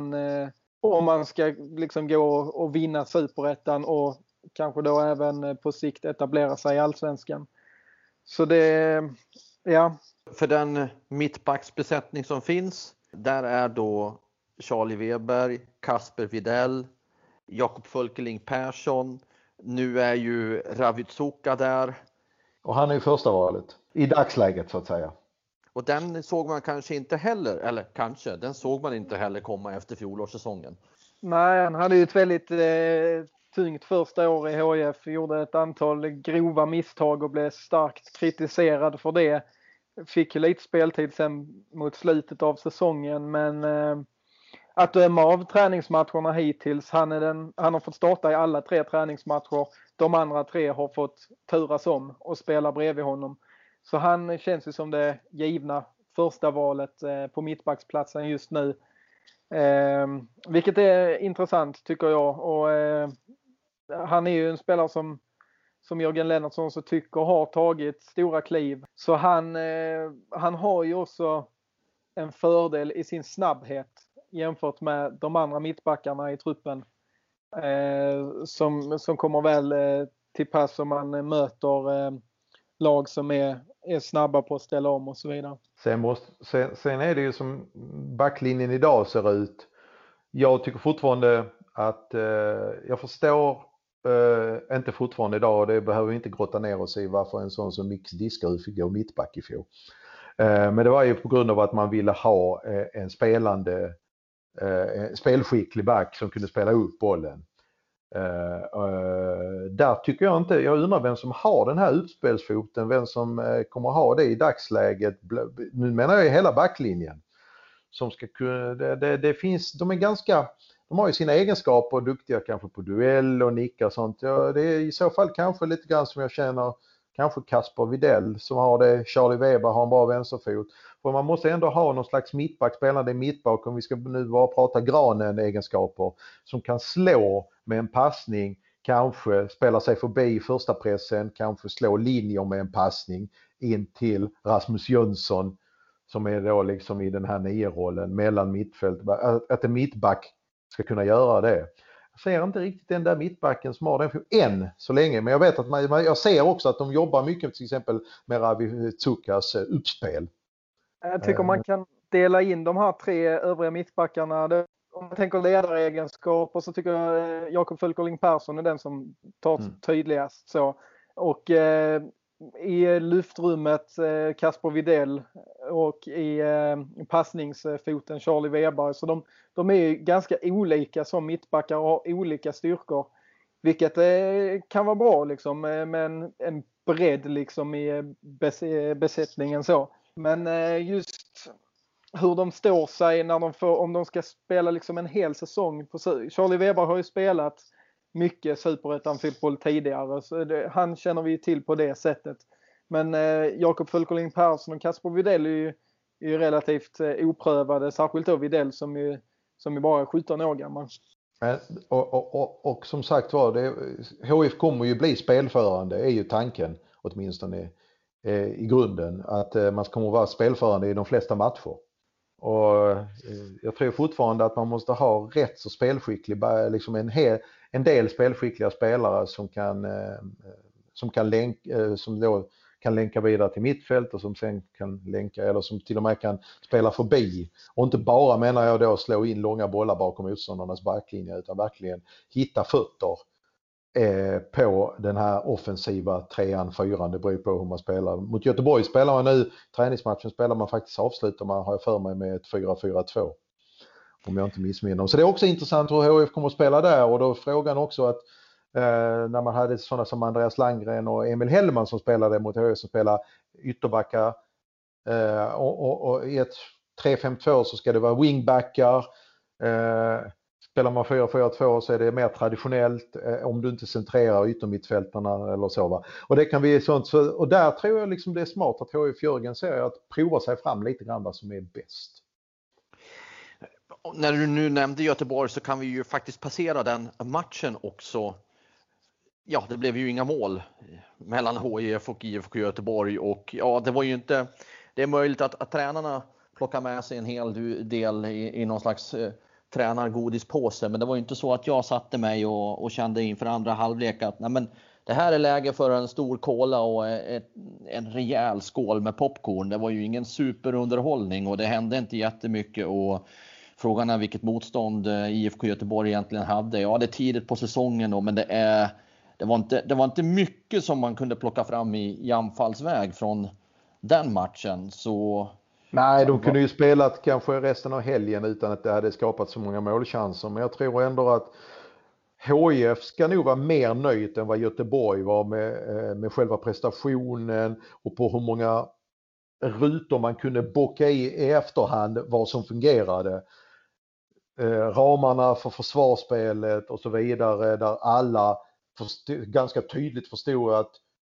D: om man ska liksom gå och vinna Superettan och kanske då även på sikt etablera sig i Allsvenskan. Så det, ja.
B: För den mittbacksbesättning som finns, där är då Charlie Weber, Kasper Widell, Jakob Fölkeling Persson. Nu är ju Ravitsuka där.
C: Och han är ju första valet i dagsläget så att säga.
B: Och den såg man kanske inte heller, den såg man inte heller komma efter fjolårssäsongen.
D: Nej, han hade ju ett väldigt tungt första år i HIF. Gjorde ett antal grova misstag och blev starkt kritiserad för det. Fick ju lite speltid sen mot slutet av säsongen, men att döma av träningsmatcherna hittills, han har fått starta i alla 3 träningsmatcher. De andra 3 har fått turas om och spela bredvid honom. Så han känns ju som det givna första valet på mittbacksplatsen just nu. Vilket är intressant tycker jag. Och han är ju en spelare som Jörgen Lennartsson så tycker har tagit stora kliv. Så han har ju också en fördel i sin snabbhet jämfört med de andra mittbackarna i truppen. Som kommer väl till pass om man möter lag som är snabba på att ställa om och så vidare.
C: Sen är det ju som backlinjen idag ser ut. Jag tycker fortfarande att jag förstår inte fortfarande idag, och det behöver vi inte grotta ner oss i varför en sån som Mix Diskerud fick gå mittback i fjol. Men det var ju på grund av att man ville ha en spelskicklig back som kunde spela upp bollen. Där tycker jag inte, jag undrar vem som har den här utspelsfoten, vem som kommer ha det i dagsläget. Nu menar jag hela backlinjen som ska kunna, det finns, de har ju sina egenskaper och duktiga kanske på duell och nicka och sånt. Ja, det är i så fall kanske lite grann som jag känner kanske Kasper Widell som har det, Charlie Weber har en bra vänsterfot. För man måste ändå ha någon slags mittback, spelande mittback, om vi ska nu bara prata Granen egenskaper, som kan slå med en passning, kanske spela sig förbi första pressen, kanske slå linjer med en passning in till Rasmus Jönsson som är då liksom i den här 9-rollen mellan mittfält, att en mittback ska kunna göra det. Jag ser inte riktigt den där mittbacken som har den än så länge. Men jag vet att jag ser också att de jobbar mycket till exempel med Ravi Tsukas uppspel.
D: Jag tycker man kan dela in de här 3 övriga mittbackarna. Om man tänker ledaregenskaper så tycker jag Jakob Fölkerling Persson är den som tar tydligast så. Och i luftrummet Kasper Widell och i passningsfoten Charlie Weber. Så de är ganska olika som mittbackar och har olika styrkor. Vilket kan vara bra liksom, med en bredd liksom i besättningen så. Men just hur de står sig när om de ska spela liksom en hel säsong. Charlie Weber har ju spelat mycket superettan-fotboll tidigare. Så han känner vi till på det sättet. Men Jakob Fölkerling Persson och Kasper Widell är ju relativt oprövade. Särskilt då Widell som ju bara är 17 år gammal.
C: Och som sagt var, HIF kommer ju bli spelförande är ju tanken åtminstone i grunden. Att man kommer vara spelförande i de flesta matcher. Och jag tror fortfarande att man måste ha rätt så spelskicklig, liksom en del spelskickliga spelare som då kan länka vidare till mittfält och som sen kan länka eller som till och med kan spela förbi. Och inte bara menar jag då slå in långa bollar bakom motståndarnas backlinje utan verkligen hitta fötter på den här offensiva 3an, 4an, det beror på hur man spelar. Mot Göteborg spelar man nu, träningsmatchen spelar man faktiskt avslutar man, har jag för mig, med ett 4-4-2. Om jag inte missminner. Så det är också intressant hur HIF kommer att spela där och då är frågan också att när man hade sådana som Andreas Landgren och Emil Hellman som spelade mot HIF som spelar ytterbackar och i ett 3-5-2 så ska det vara wingbackar. Spelar man 4-4-2 så är det mer traditionellt om du inte centrerar yttermittfältarna eller så va. Och det kan vi sånt och där tror jag liksom det är smart att HIF Jörgen säger att prova sig fram lite grann vad som är bäst.
B: När du nu nämnde Göteborg så kan vi ju faktiskt passera den matchen också. Ja, det blev ju inga mål mellan HIF och IFK Göteborg och ja, det var ju inte, det är möjligt att tränarna plockar med sig en hel del i någon slags tränargodispåse, men det var ju inte så att jag satte mig och kände inför andra halvlek att nej, men det här är läge för en stor cola och en rejäl skål med popcorn. Det var ju ingen superunderhållning och det hände inte jättemycket och frågan är vilket motstånd IFK Göteborg egentligen hade. Ja, det är tidigt på säsongen då, men det var inte mycket som man kunde plocka fram i anfallsväg från den matchen. Så
C: nej, de kunde ju spelat kanske resten av helgen utan att det hade skapat så många målchanser. Men jag tror ändå att HIF ska nog vara mer nöjt än vad Göteborg var med själva prestationen och på hur många rutor man kunde bocka i efterhand vad som fungerade. Ramarna för försvarsspelet och så vidare där alla ganska tydligt förstod att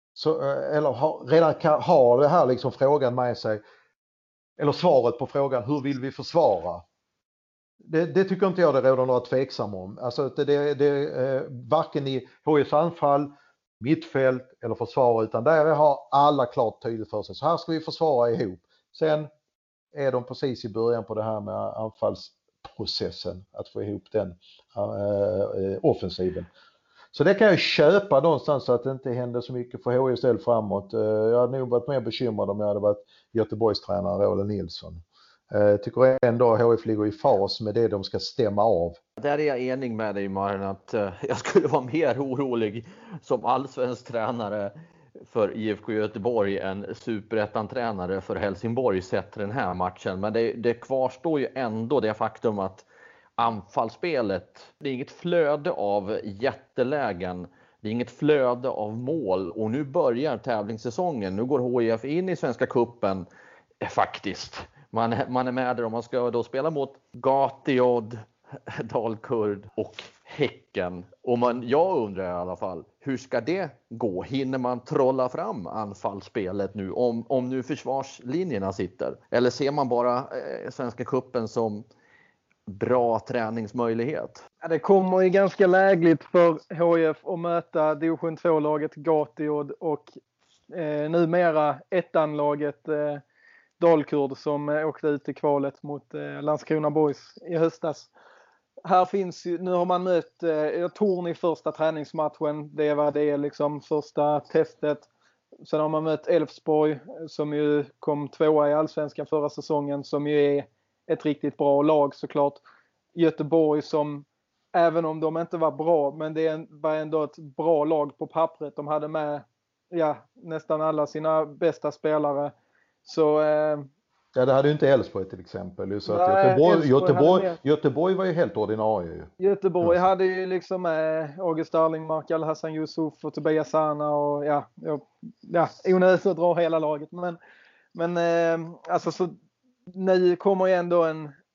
C: redan har det här liksom frågan med sig eller svaret på frågan hur vill vi försvara? Det tycker inte jag det råder några tveksam om. Alltså det varken i HIFs anfall, mittfält eller försvar utan där har alla klart tydligt för sig. Så här ska vi försvara ihop. Sen är de precis i början på det här med anfallsprocessen att få ihop den offensiven. Så det kan jag köpa någonstans så att det inte händer så mycket för HIFs del framåt. Jag hade nog varit mer bekymrad om jag hade varit Göteborgs tränare Roland Nilsson. Jag tycker ändå att HIF ligger i fas med det de ska stämma av.
B: Där är jag enig med dig Maren att jag skulle vara mer orolig som allsvensk tränare för IFK Göteborg än superettan-tränare för Helsingborg sett den här matchen. Men det kvarstår ju ändå det faktum att anfallsspelet, det är inget flöde av jättelägen. Det är inget flöde av mål och nu börjar tävlingssäsongen. Nu går HIF in i Svenska cupen faktiskt. Man är med där och man ska då spela mot Gatiod, Dalkurd och Häcken. Och jag undrar i alla fall, hur ska det gå? Hinner man trolla fram anfallsspelet nu om nu försvarslinjerna sitter? Eller ser man bara Svenska cupen som bra träningsmöjlighet?
D: Ja, det kommer ju ganska lägligt för HIF att möta division 2-laget Gatiod och numera ettanlaget Dalkurd som åkte ut i kvalet mot Landskrona Boys i höstas. här finns ju, nu har man mött Torn i första träningsmatchen. Det var det liksom första testet. Sen har man mött Elfsborg som ju kom 2 i Allsvenskan förra säsongen, som ju är ett riktigt bra lag såklart. Göteborg som, även om de inte var bra, men det var ändå ett bra lag på pappret. De hade med nästan alla sina bästa spelare. Så
C: ja, det hade ju inte Elfsborg till exempel. Så
D: nej,
C: att Göteborg var ju helt ordinarie.
D: Göteborg hade ju liksom August Darlingmark, Al-Hassan Yusuf och Tobias Sana och onödigt att dra hela laget. Men alltså så nu kommer ju ändå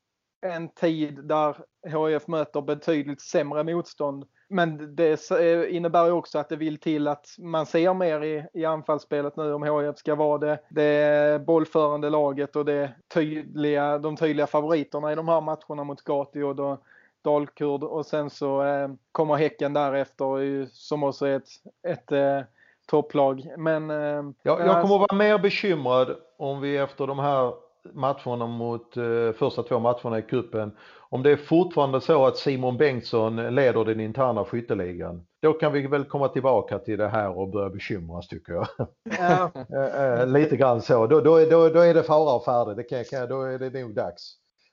D: en tid där HIF möter betydligt sämre motstånd. Men det innebär ju också att det vill till att man ser mer i anfallsspelet nu om HIF ska vara det bollförande laget och de tydliga favoriterna i de här matcherna mot Gati och Dalkurd. Och sen så kommer Häcken därefter som också är ett topplag. Men
C: jag kommer att vara mer bekymrad om vi efter de här matcherna mot första 2 matcherna i kuppen, om det är fortfarande så att Simon Bengtsson leder den interna skytteligan, då kan vi väl komma tillbaka till det här och börja bekymras, tycker jag.
D: Ja.
C: Lite grann så. Då är det fara och färde. Då är det nog dags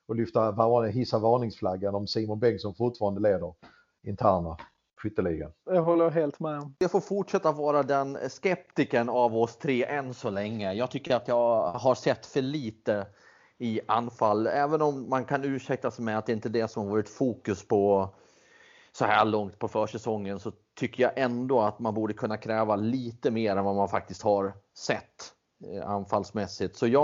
C: att hissa varningsflaggan om Simon Bengtsson fortfarande leder interna skytteligan.
D: Jag håller helt med.
B: Jag får fortsätta vara den skeptiken av oss 3 än så länge. Jag tycker att jag har sett för lite i anfall. Även om man kan ursäkta sig med att det inte är det som har varit fokus på så här långt på försäsongen, så tycker jag ändå att man borde kunna kräva lite mer än vad man faktiskt har sett anfallsmässigt. Så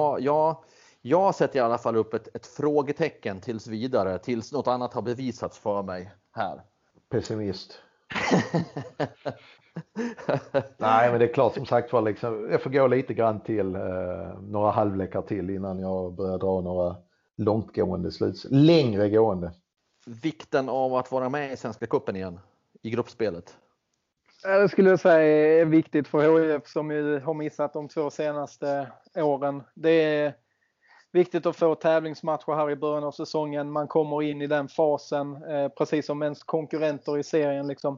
B: jag sätter i alla fall upp ett frågetecken tills vidare, tills något annat har bevisats för mig här.
C: Pessimist. Nej, men det är klart, som sagt var, liksom, jag får gå lite grann till några halvlekar till innan jag börjar dra några längre gående.
B: Vikten av att vara med i Svenska cupen igen i gruppspelet.
D: Det skulle jag säga är viktigt för HIF som ju har missat de 2 senaste åren. Det är viktigt att få tävlingsmatcher här i början av säsongen. Man kommer in i den fasen precis som ens konkurrenter i serien. Liksom.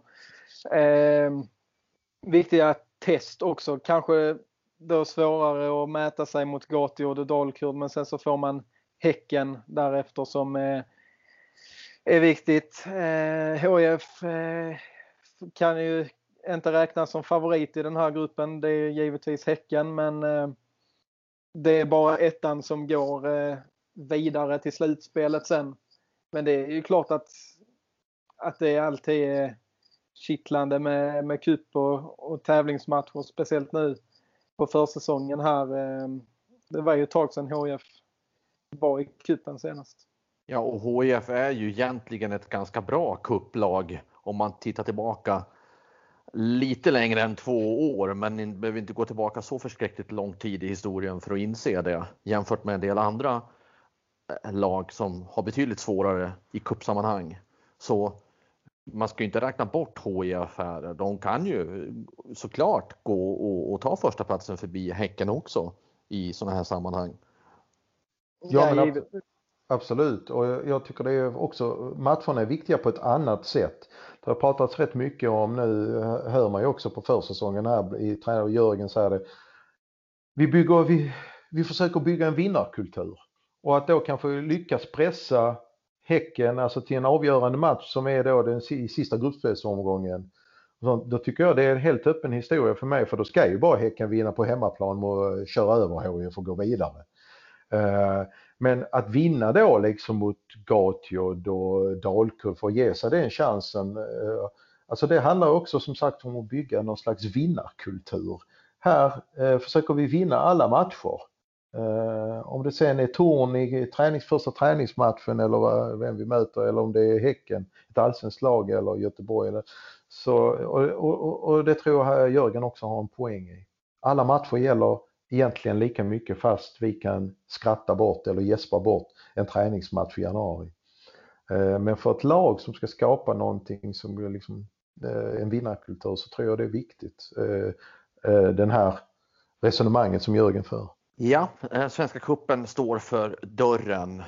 D: Viktiga test också. Kanske då svårare att mäta sig mot Gati och Dalkurd. Men sen så får man Häcken därefter som är viktigt. HIF kan ju inte räknas som favorit i den här gruppen. Det är givetvis Häcken, men det är bara ettan som går vidare till slutspelet sen. Men det är ju klart att det alltid är kittlande med cup och tävlingsmatcher, speciellt nu på försäsongen här. Det var ju ett tag sedan HIF var i cupen senast.
B: Ja, och HIF är ju egentligen ett ganska bra kupplag om man tittar tillbaka lite längre än 2 år, men behöver inte gå tillbaka så förskräckligt lång tid i historien för att inse det, jämfört med en del andra lag som har betydligt svårare i kuppsammanhang. Så man ska ju inte räkna bort HIF här. De kan ju såklart gå och ta första platsen förbi Häcken också i sådana här sammanhang.
C: Ja, men absolut. Och jag tycker det är också, matcherna är viktiga på ett annat sätt. Det har pratats rätt mycket om, nu hör man ju också på försäsongen här i tränare och Jörgen säger det. Vi försöker bygga en vinnarkultur. Och att då kanske lyckas pressa Häcken alltså till en avgörande match som är då den sista gruppspelsomgången. Då tycker jag det är en helt öppen historia för mig, för då ska ju bara Häcken vinna på hemmaplan och köra över HIF och gå vidare. Men att vinna då liksom mot Gatjod och Dalkurd för att ge sig den chansen, alltså det handlar också som sagt om att bygga någon slags vinnarkultur. Här försöker vi vinna alla matcher. Om det sen är Torn i första träningsmatchen eller vem vi möter, eller om det är Häcken, ett allsvenskt lag, eller Göteborg. Så, och det tror jag Jörgen också har en poäng i. Alla matcher gäller egentligen lika mycket, fast vi kan skratta bort eller gäspa bort en träningsmatch i januari. Men för ett lag som ska skapa någonting som liksom, en vinnarkultur, så tror jag det är viktigt. Den här resonemanget som Jörgen för.
B: Ja, Svenska cupen står för dörren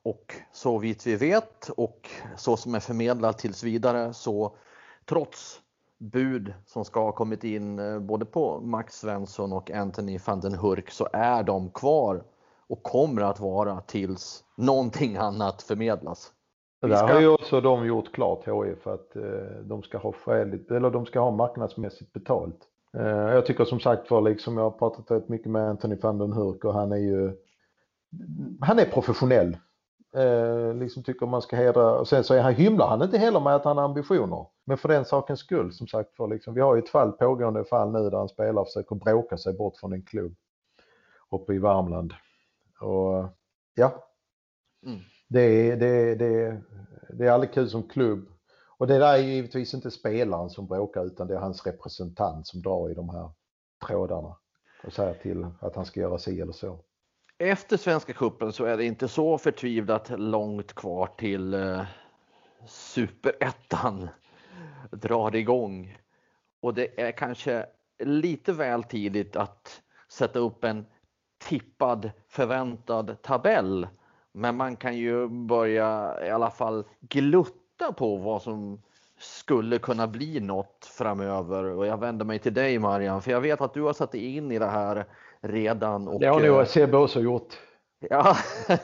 B: Och så vitt vi vet och så som är förmedlat tills vidare, så trots bud som ska ha kommit in både på Max Svensson och Anthony van den Hurk, så är de kvar och kommer att vara tills någonting annat förmedlas.
C: Det har ju också de gjort klart, HIF, att de ska ha skäligt, eller de ska ha marknadsmässigt betalt. Jag tycker som sagt för, liksom jag har pratat rätt mycket med Anthony van den Hurk, och han är professionell. Liksom tycker man ska hedra, och sen så hymlar han inte heller med att han har ambitioner, men för den sakens skull, som sagt för, liksom, vi har ju ett pågående fall nu där en spelare försöker bråka sig bort från en klubb uppe i Värmland, och ja, det är aldrig kul som klubb, och det där är givetvis inte spelaren som bråkar, utan det är hans representant som drar i de här trådarna och säger till att han ska göra sig eller så.
B: Efter Svenska cupen så är det inte så förtvivlat långt kvar till Superettan drar igång. Och det är kanske lite väl tidigt att sätta upp en tippad förväntad tabell. Men man kan ju börja i alla fall glutta på vad som skulle kunna bli något framöver. Och jag vänder mig till dig, Marian, för jag vet att du har satt in i det här redan. Och,
C: det har nog Sebbe också gjort.
B: Ja,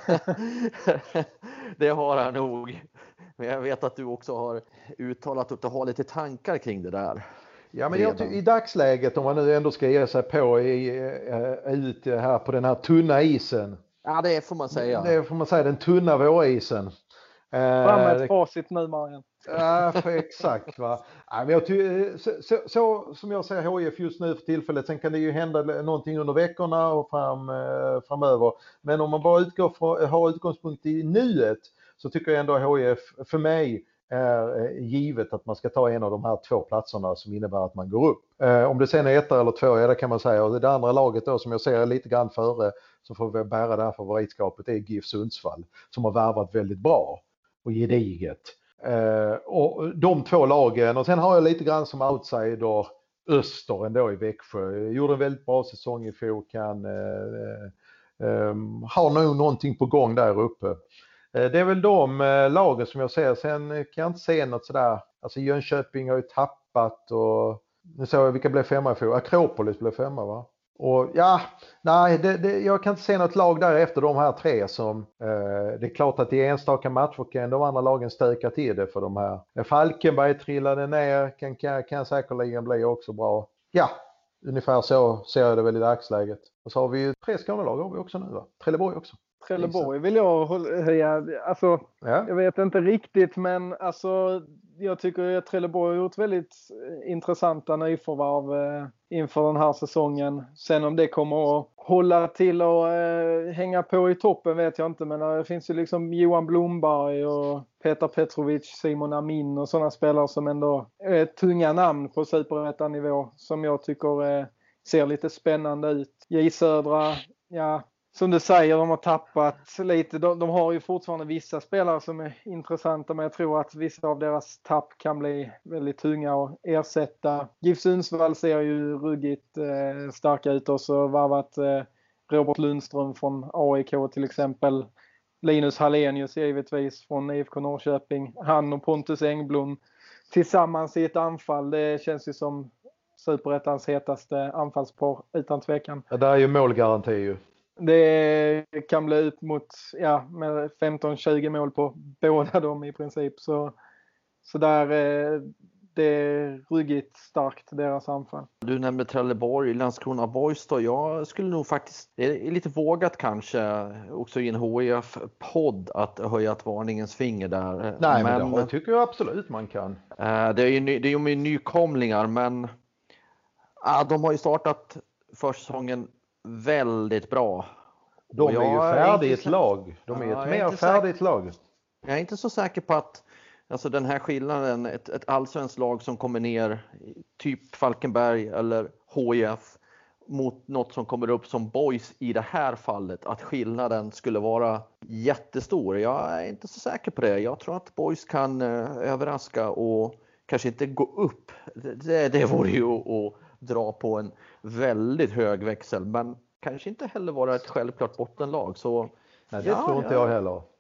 B: det har han nog. Men jag vet att du också har uttalat att du har lite tankar kring det där.
C: Ja, men i dagsläget, om man nu ändå ska ge sig på ut här på den här tunna isen.
B: Ja, det får man säga.
C: Det får man säga, den tunna vårisen.
D: Fram med ett facit nu, Marian.
C: Ja, exakt va. Ja, men så som jag säger HIF just nu för tillfället, sen kan det ju hända någonting under veckorna och framöver. Men om man bara har utgångspunkt i nuet, så tycker jag ändå HIF för mig är givet att man ska ta en av de här 2 platserna som innebär att man går upp. Om det sen är 1 eller 2, ja, det kan man säga. Och det andra laget då, som jag ser är lite grann före, så får vi bära det här favoritskapet, det är GIF Sundsvall, som har värvat väldigt bra och gediget. Och de 2 lagen, och sen har jag lite grann som outsider Öster ändå i Växjö. Gjorde en väldigt bra säsong i fjol, har nog någonting på gång där uppe. Det är väl de lagen som jag ser. Sen kan jag inte se något sådär. Alltså Jönköping har ju tappat, och nu såg jag vilka blev 5 i fjol. Akropolis blev 5, va? Och ja, nej, jag kan inte se något lag där efter de här 3 som, det är klart att i enstaka matcher kan de andra lagen stöka till det för de här. Falkenberg trillade ner, kan säkerligen bli också bra. Ja, ungefär så ser jag det väl i dagsläget. Och så har vi ju 3 Skånelag har vi också nu, va? Trelleborg också.
D: Trelleborg vill jag höja, alltså ja. Jag vet inte riktigt, men alltså jag tycker att Trelleborg har gjort väldigt intressanta nyförvärv inför den här säsongen. Sen om det kommer att hålla till och hänga på i toppen vet jag inte, men det finns ju liksom Johan Blomberg och Petar Petrovic, Simon Amin och sådana spelare som ändå är tunga namn på Superettan-nivå som jag tycker ser lite spännande ut. J Södra, ja, som du säger, de har tappat lite. De har ju fortfarande vissa spelare som är intressanta, men jag tror att vissa av deras tapp kan bli väldigt tunga att ersätta. GIF Sundsvall ser ju ruggigt starka ut, och så varvat Robert Lundström från AIK till exempel. Linus Hallenius givetvis från IFK Norrköping. Han och Pontus Engblom tillsammans i ett anfall. Det känns ju som Superettans hetaste anfallspar utan tvekan.
C: Ja, det är ju målgaranti ju.
D: Det kan bli ut mot med 15-20 mål på båda dem i princip. Så där det är ruggigt starkt deras anfall.
B: Du nämnde Trelleborg, Landskrona Boys då. Jag skulle nog faktiskt, det är lite vågat kanske också i en HIF-podd att höja ett varningens finger där.
C: Nej, men det tycker jag absolut man kan.
B: Det är ju med nykomlingar, men de har ju startat försäsongen väldigt bra.
C: De är ju färdigt lag. De är ett mer färdigt lag.
B: Jag är inte så säker på att alltså den här skillnaden, ett allsvenskt lag som kommer ner typ Falkenberg eller HIF mot något som kommer upp som Boys i det här fallet, att skillnaden skulle vara jättestor. Jag är inte så säker på det. Jag tror att Boys kan överraska och kanske inte gå upp. Det vore ju att dra på en väldigt hög växel, men kanske inte heller vara ett självklart bottenlag. Så
C: nej, det tror inte jag heller.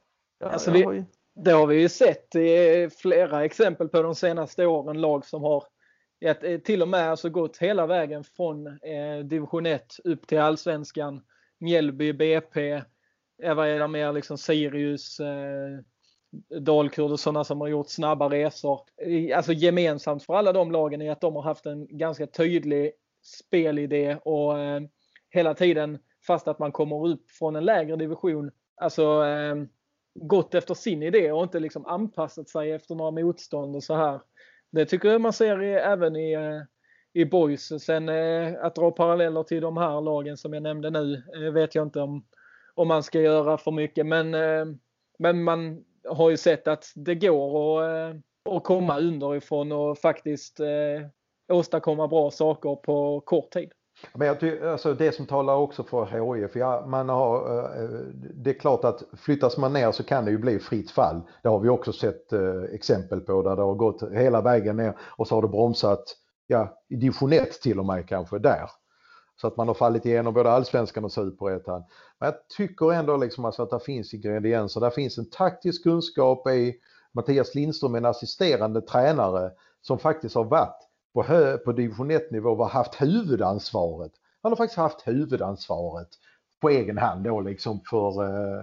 D: Alltså det har vi ju sett. Det är flera exempel på de senaste åren. Lag som har till och med alltså gått hela vägen från division 1 upp till allsvenskan. Mjällby, BP, vad är det mer, liksom Sirius, Dalkurd och sådana som har gjort snabba resor. Alltså gemensamt för alla de lagen är att de har haft en ganska tydlig spelidé och hela tiden, fast att man kommer upp från en lägre division, alltså gått efter sin idé och inte liksom anpassat sig efter några motstånd och så här. Det tycker jag man ser även i boys. Sen att dra paralleller till de här lagen som jag nämnde nu vet jag inte om man ska göra för mycket. Men man har ju sett att det går att komma underifrån och faktiskt åstadkomma bra saker på kort tid.
C: Men jag tycker, alltså det som talar också för HIF, det är klart att flyttas man ner så kan det ju bli fritt fall. Det har vi också sett exempel på där det har gått hela vägen ner och så har det bromsat i division 1 till och med kanske där. Så att man har fallit igenom både allsvenskan och superettan. Men jag tycker ändå liksom alltså att det finns ingredienser. Där finns en taktisk kunskap i Mattias Lindström, en assisterande tränare som faktiskt har varit på division 1-nivå har haft huvudansvaret. Han har faktiskt haft huvudansvaret på egen hand då liksom för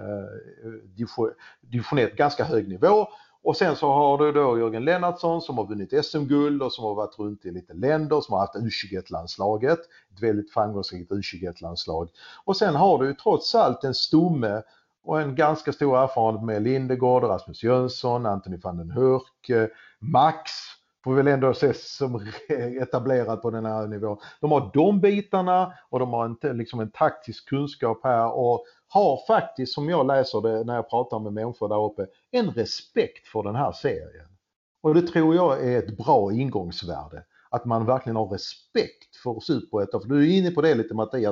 C: division 1, ganska hög nivå. Och sen så har du då Jörgen Lennartsson som har vunnit SM-guld och som har varit runt i lite länder, som har haft U21-landslaget, ett väldigt framgångsrikt U21-landslag. Och sen har du ju trots allt en stomme och en ganska stor erfarenhet med Lindegård, Rasmus Jönsson, Anthony van den Hurk, Max får väl ändå ses som etablerat på den här nivån. De har de bitarna och de har liksom en taktisk kunskap här och har faktiskt, som jag läser det när jag pratar med människor där uppe, en respekt för den här serien. Och det tror jag är ett bra ingångsvärde. Att man verkligen har respekt för Superettan. För du är inne på det lite, Mattias.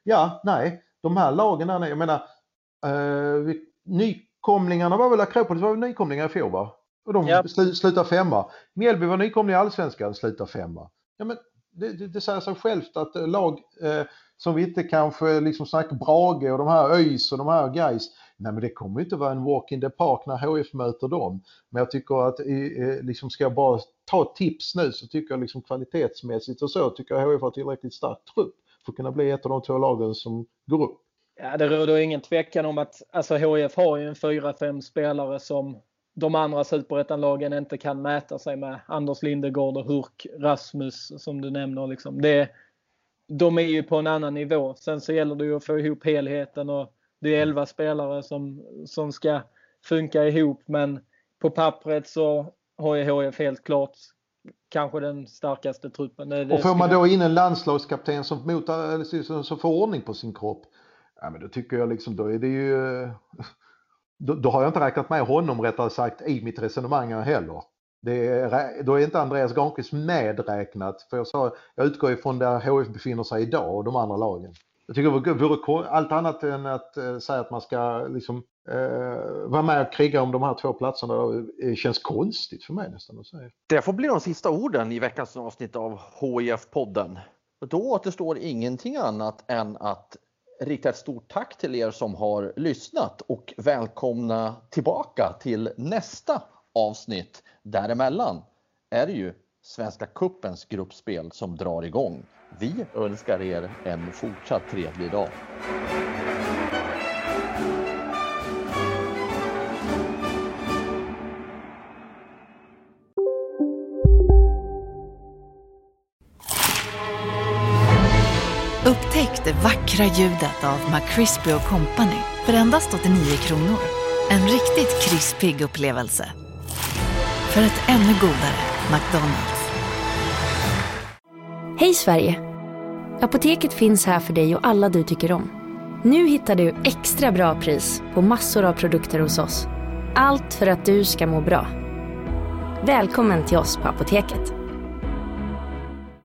C: De här lagen, jag menar, nykomlingarna var väl Akropolis var väl nykomlingar i fjol, va? Och de slutar 5:a. Mjällby var nykomling i allsvenskan, slutar 5:a. Ja, men det säger sig självt att lag som vi inte kanske liksom snackar Brage och de här ÖIS och de här Gais, nej men det kommer inte vara en walk in the park när HIF möter dem. Men jag tycker att liksom ska jag bara ta ett tips nu, så tycker jag liksom kvalitetsmässigt och så tycker jag HIF har tillräckligt stark trupp för att kunna bli ett av de 2 lagen som går upp.
D: Ja, det råder ingen tvekan om att alltså HIF har ju en 4-5 spelare som de andra superettanlagen inte kan mäta sig med. Anders Lindegård och Hurk, Rasmus som du nämner. Liksom. De är ju på en annan nivå. Sen så gäller det ju att få ihop helheten och det är 11 spelare som ska funka ihop. Men på pappret så har ju HIF helt klart kanske den starkaste truppen.
C: Och får man då in en landslagskapten som får ordning på sin kropp, ja, men då tycker jag liksom, då är det ju... Då har jag inte räknat med honom rättare sagt i mitt resonemang heller. Då är inte Andreas Garnqvist medräknat. För jag utgår ifrån där HIF befinner sig idag och de andra lagen. Jag tycker det vore allt annat än att säga att man ska liksom, vara med och kriga om de här 2 platserna. Det känns konstigt för mig nästan att säga.
B: Det får bli de sista orden i veckans avsnitt av HIF-podden. Då återstår ingenting annat än att rikta ett stort tack till er som har lyssnat och välkomna tillbaka till nästa avsnitt. Däremellan är det ju Svenska Cupens gruppspel som drar igång. Vi önskar er en fortsatt trevlig dag.
F: Upptäck det vackra ljudet av McCrispy & Company för endast 89 kronor. En riktigt krispig upplevelse. För ett ännu godare McDonald's.
G: Hej Sverige! Apoteket finns här för dig och alla du tycker om. Nu hittar du extra bra pris på massor av produkter hos oss. Allt för att du ska må bra. Välkommen till oss på Apoteket.